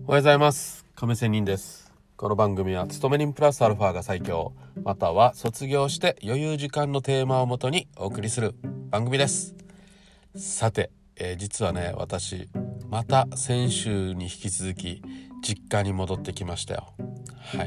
おはようございます。亀仙人です。この番組は勤め人プラスアルファが最強、または卒業して余裕時間のテーマをもとにお送りする番組です。さて、実はね、私また先週に引き続き実家に戻ってきましたよ。はい。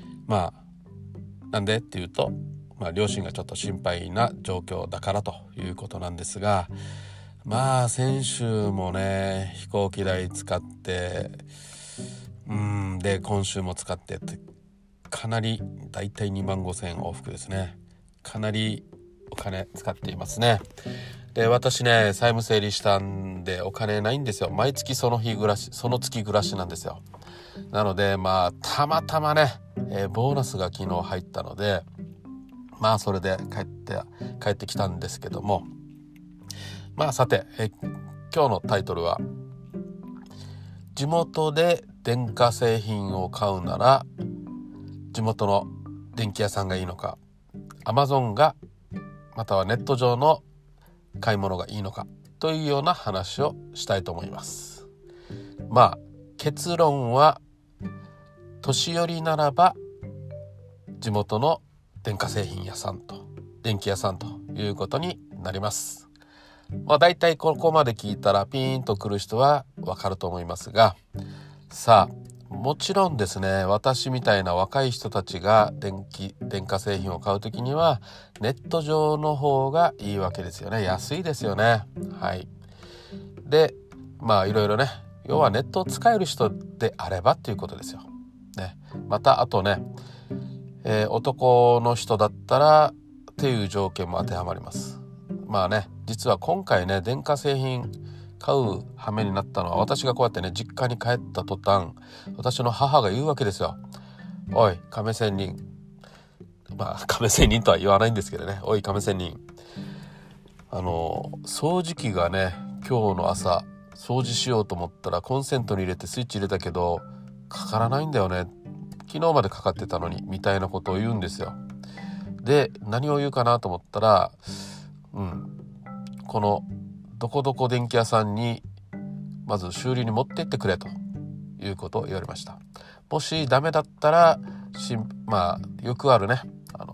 なんでっていうと、両親がちょっと心配な状況だからということなんですが、先週もね飛行機代使ってで今週も使ってってかなりだいたい2万5千円往復ですね。かなりお金使っていますね。で私ね債務整理したんでお金ないんですよ。毎月その月暮らしなんですよ。なのでたまたまね、ボーナスが昨日入ったのでそれで帰ってきたんですけども、さて、今日のタイトルは地元で電化製品を買うなら地元の電気屋さんがいいのか、Amazon がまたはネット上の買い物がいいのかというような話をしたいと思います。結論は年寄りならば地元の電化製品屋さんと電気屋さんということになります。だいたいここまで聞いたらピーンとくる人はわかると思いますが、もちろんですね、私みたいな若い人たちが電化製品を買うときにはネット上の方がいいわけですよね。安いですよね。はい。でいろいろね、要はネットを使える人であればっていうことですよね。またあとね、男の人だったらっていう条件も当てはまります。実は今回ね電化製品買う羽目になったのは、私がこうやってね実家に帰った途端、私の母が言うわけですよ。おい亀仙人、亀仙人とは言わないんですけどね、おい亀仙人、掃除機がね今日の朝掃除しようと思ったらコンセントに入れてスイッチ入れたけどかからないんだよね、昨日までかかってたのにみたいなことを言うんですよ。で何を言うかなと思ったら、このどこどこ電気屋さんにまず修理に持ってってくれということを言われました。もしダメだったらよくあるね、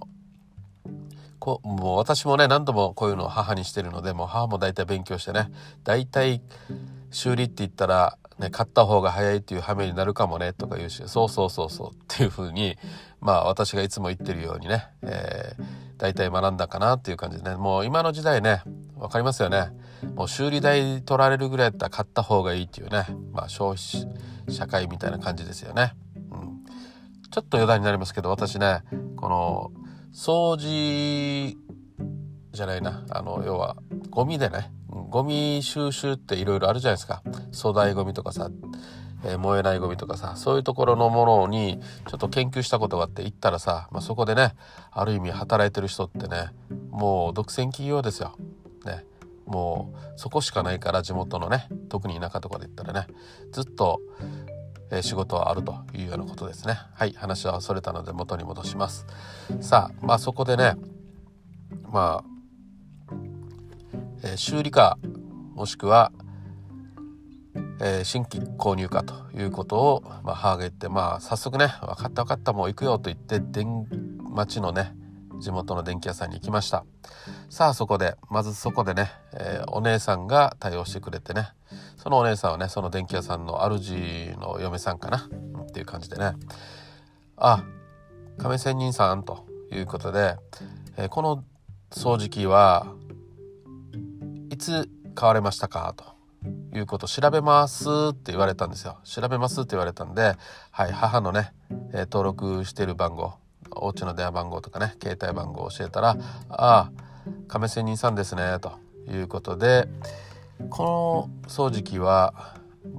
もう私もね何度もこういうのを母にしてるので、もう母も大体勉強してね、大体修理って言ったらね、買った方が早いっていう羽目になるかもねとか言うし、そうっていう風に私がいつも言ってるようにね、大体学んだかなっていう感じでね、もう今の時代ねわかりますよね。もう修理代取られるぐらいだったら買った方がいいっていうね、消費社会みたいな感じですよね。ちょっと余談になりますけど、私ねこの掃除じゃないな、要はゴミでね、ゴミ収集っていろいろあるじゃないですか。粗大ゴミとかさ、燃えないゴミとかさ、そういうところのものにちょっと研究したことがあって行ったらさ、そこでねある意味働いてる人ってね、もう独占企業ですよね。もうそこしかないから、地元のね特に田舎とかで言ったらねずっと仕事はあるというようなことですね。はい、話はそれたので元に戻します。そこでね修理かもしくは、新規購入かということを、母が言って、早速ね分かったもう行くよと言って町のね地元の電気屋さんに行きました。そこでね、お姉さんが対応してくれてね、そのお姉さんはねその電気屋さんの主の嫁さんかな、っていう感じでね、亀仙人さんということで、この掃除機はいつ買われましたかということを調べますって言われたんですよ。調べますって言われたんで、母のね、登録している番号、お家の電話番号とかね携帯番号を教えたら、亀仙人さんですねということで、この掃除機は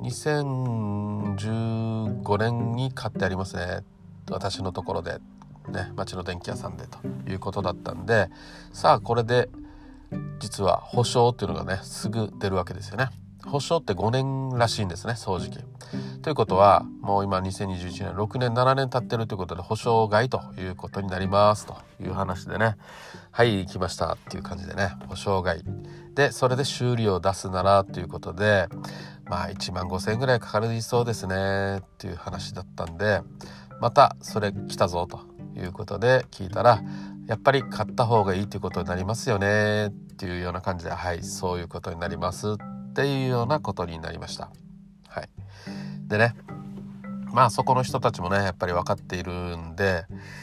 2015年に買ってありますね、私のところでね、町の電気屋さんでということだったんで、これで実は保証っていうのがねすぐ出るわけですよね。保証って5年らしいんですね、掃除機ということは。もう今2021年6年7年経ってるということで保証外ということになりますという話でね、はい来ましたっていう感じでね、保証外でそれで修理を出すならということで、 1万5千円ぐらいかかりそうですねっていう話だったんで、またそれ来たぞということで聞いたら、やっぱり買った方がいいということになりますよねっていうような感じで、はい、そういうことになりますっていうようなことになりました。はい。でね、そこの人たちもねやっぱり分かっているんで、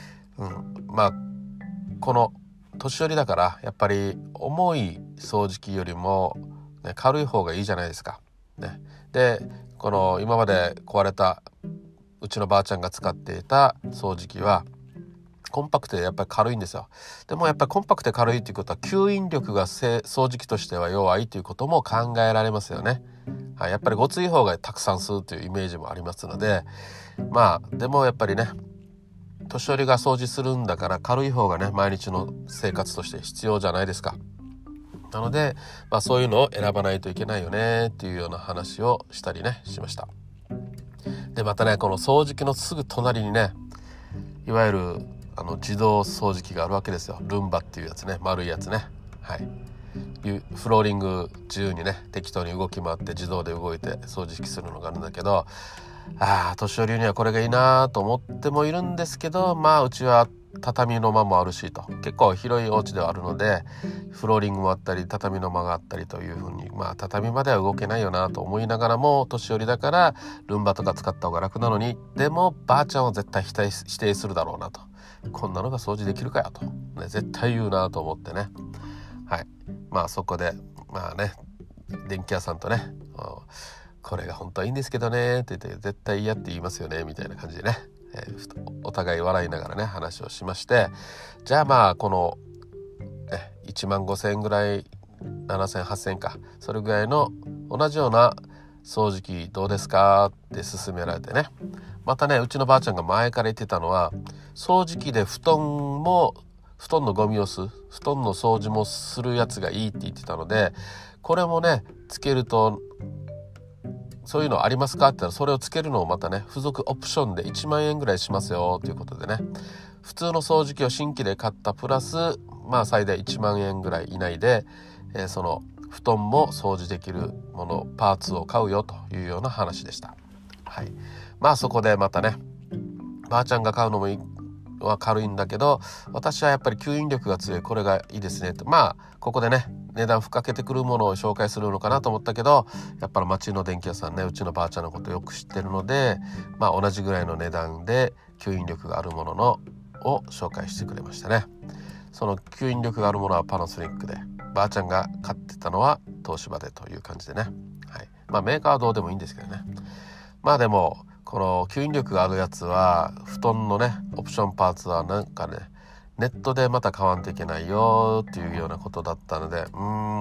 この年寄りだからやっぱり重い掃除機よりも、軽い方がいいじゃないですか。でこの今まで壊れたうちのばあちゃんが使っていた掃除機はコンパクトでやっぱり軽いんですよ。でもやっぱりコンパクトで軽いということは吸引力が掃除機としては弱いということも考えられますよね。はい、やっぱりごつい方がたくさん吸うというイメージもありますので、でもやっぱりね、年寄りが掃除するんだから軽い方がね毎日の生活として必要じゃないですか。なので、そういうのを選ばないといけないよねっていうような話をしたりねしました。でまたね、この掃除機のすぐ隣にね、いわゆる自動掃除機があるわけですよ。ルンバっていうやつね、丸いやつね。はい。フローリング自由にね適当に動き回って自動で動いて掃除機するのがあるんだけど、年寄りにはこれがいいなと思ってもいるんですけど、うちは畳の間もあるしと、結構広いお家ではあるのでフローリングもあったり畳の間があったりというふうに、畳までは動けないよなと思いながらも、年寄りだからルンバとか使った方が楽なのに、でもばあちゃんは絶対否定するだろうなと、こんなのが掃除できるかよと、絶対言うなと思ってね。はい。そこで電気屋さんとね、これが本当はいいんですけどねって言って、絶対嫌って言いますよねみたいな感じでね、お互い笑いながらね話をしまして、じゃあこの、1万5千円ぐらい、7千8千か、それぐらいの同じような掃除機どうですかって勧められてね、またねうちのばあちゃんが前から言ってたのは、掃除機で布団のゴミを吸う、布団の掃除もするやつがいいって言ってたので、これもねつけると、そういうのありますかって言ったら、それをつけるのをまたね付属オプションで1万円ぐらいしますよということでね、普通の掃除機を新規で買ったプラス最大1万円ぐらい以内で、その布団も掃除できるもの、パーツを買うよというような話でした。はい。そこでまたね、ばあちゃんが買うのもは軽いんだけど、私はやっぱり吸引力が強いこれがいいですねと、ここでね値段ふっかけてくるものを紹介するのかなと思ったけど、やっぱり町の電気屋さんね、うちのばあちゃんのことよく知ってるので、同じぐらいの値段で吸引力があるものを紹介してくれましたね。その吸引力があるものはパナソニックで、ばあちゃんが買ってたのは東芝でという感じでね。はい。メーカーはどうでもいいんですけどね。でもこの吸引力があるやつは、布団のねオプションパーツはなんかねネットでまた買わんといけないよっていうようなことだったので、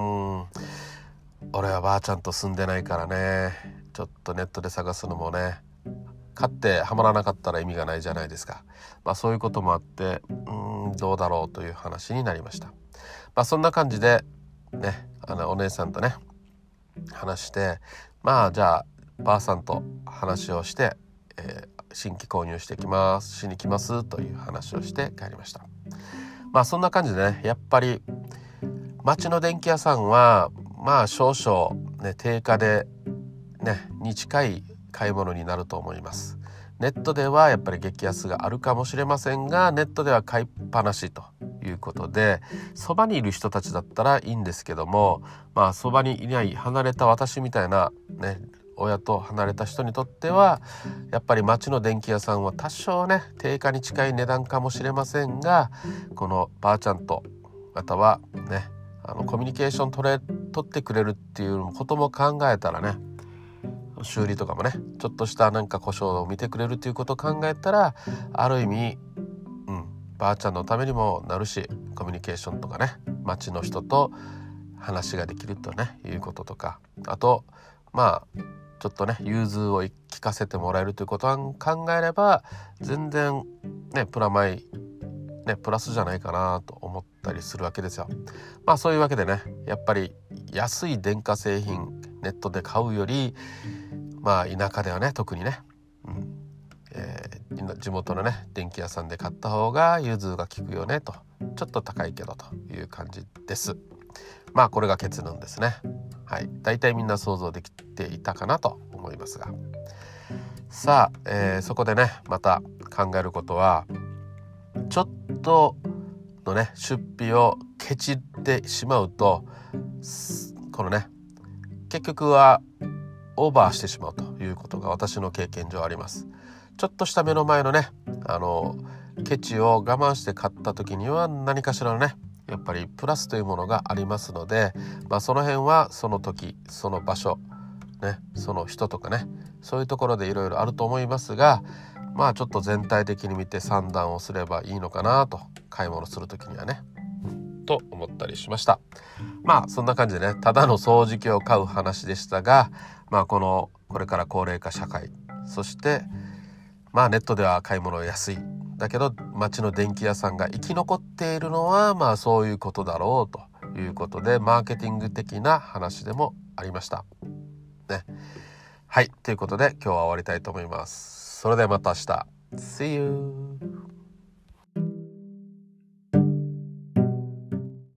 俺はばあちゃんと住んでないからね、ちょっとネットで探すのもね、買ってはまらなかったら意味がないじゃないですか。そういうこともあって、どうだろうという話になりました。そんな感じでね、お姉さんとね話して、じゃあばあさんと話をして、新規購入しに来ますという話をして帰りました。そんな感じでね、やっぱり町の電気屋さんは少々ね定価でねに近い買い物になると思います。ネットではやっぱり激安があるかもしれませんが、ネットでは買いっぱなしということで、そばにいる人たちだったらいいんですけども、そばにいない離れた私みたいなね、親と離れた人にとってはやっぱり町の電気屋さんは多少ね定価に近い値段かもしれませんが、このばあちゃんとまたはねコミュニケーション取ってくれるっていうことも考えたらね、修理とかもねちょっとしたなんか故障を見てくれるということを考えたら、ある意味ばあちゃんのためにもなるし、コミュニケーションとかね町の人と話ができるとねいうこととか、あとちょっとね融通を聞かせてもらえるということを考えれば、全然ねプラスじゃないかなと思ったりするわけですよ。そういうわけでね、やっぱり安い電化製品ネットで買うより、田舎ではね特にね、地元のね電気屋さんで買った方が融通が利くよねと、ちょっと高いけどという感じです。 まあこれが結論ですね。はい、だいたいみんな想像できていたかなと思いますが、さあ、そこでねまた考えることは、ちょっとのね出費をケチってしまうと、このね結局はオーバーしてしまうということが私の経験上あります。ちょっとした目の前のねケチを我慢して買った時には何かしらのねやっぱりプラスというものがありますので、その辺はその時その場所ね、その人とかね、そういうところでいろいろあると思いますが、ちょっと全体的に見て算段をすればいいのかなと、買い物する時にはねと思ったりしました。そんな感じでね、ただの掃除機を買う話でしたが、これから高齢化社会、そしてネットでは買い物安いだけど街の電気屋さんが生き残っているのはそういうことだろうということで、マーケティング的な話でもありましたね。はい、ということで今日は終わりたいと思います。それではまた明日。See you!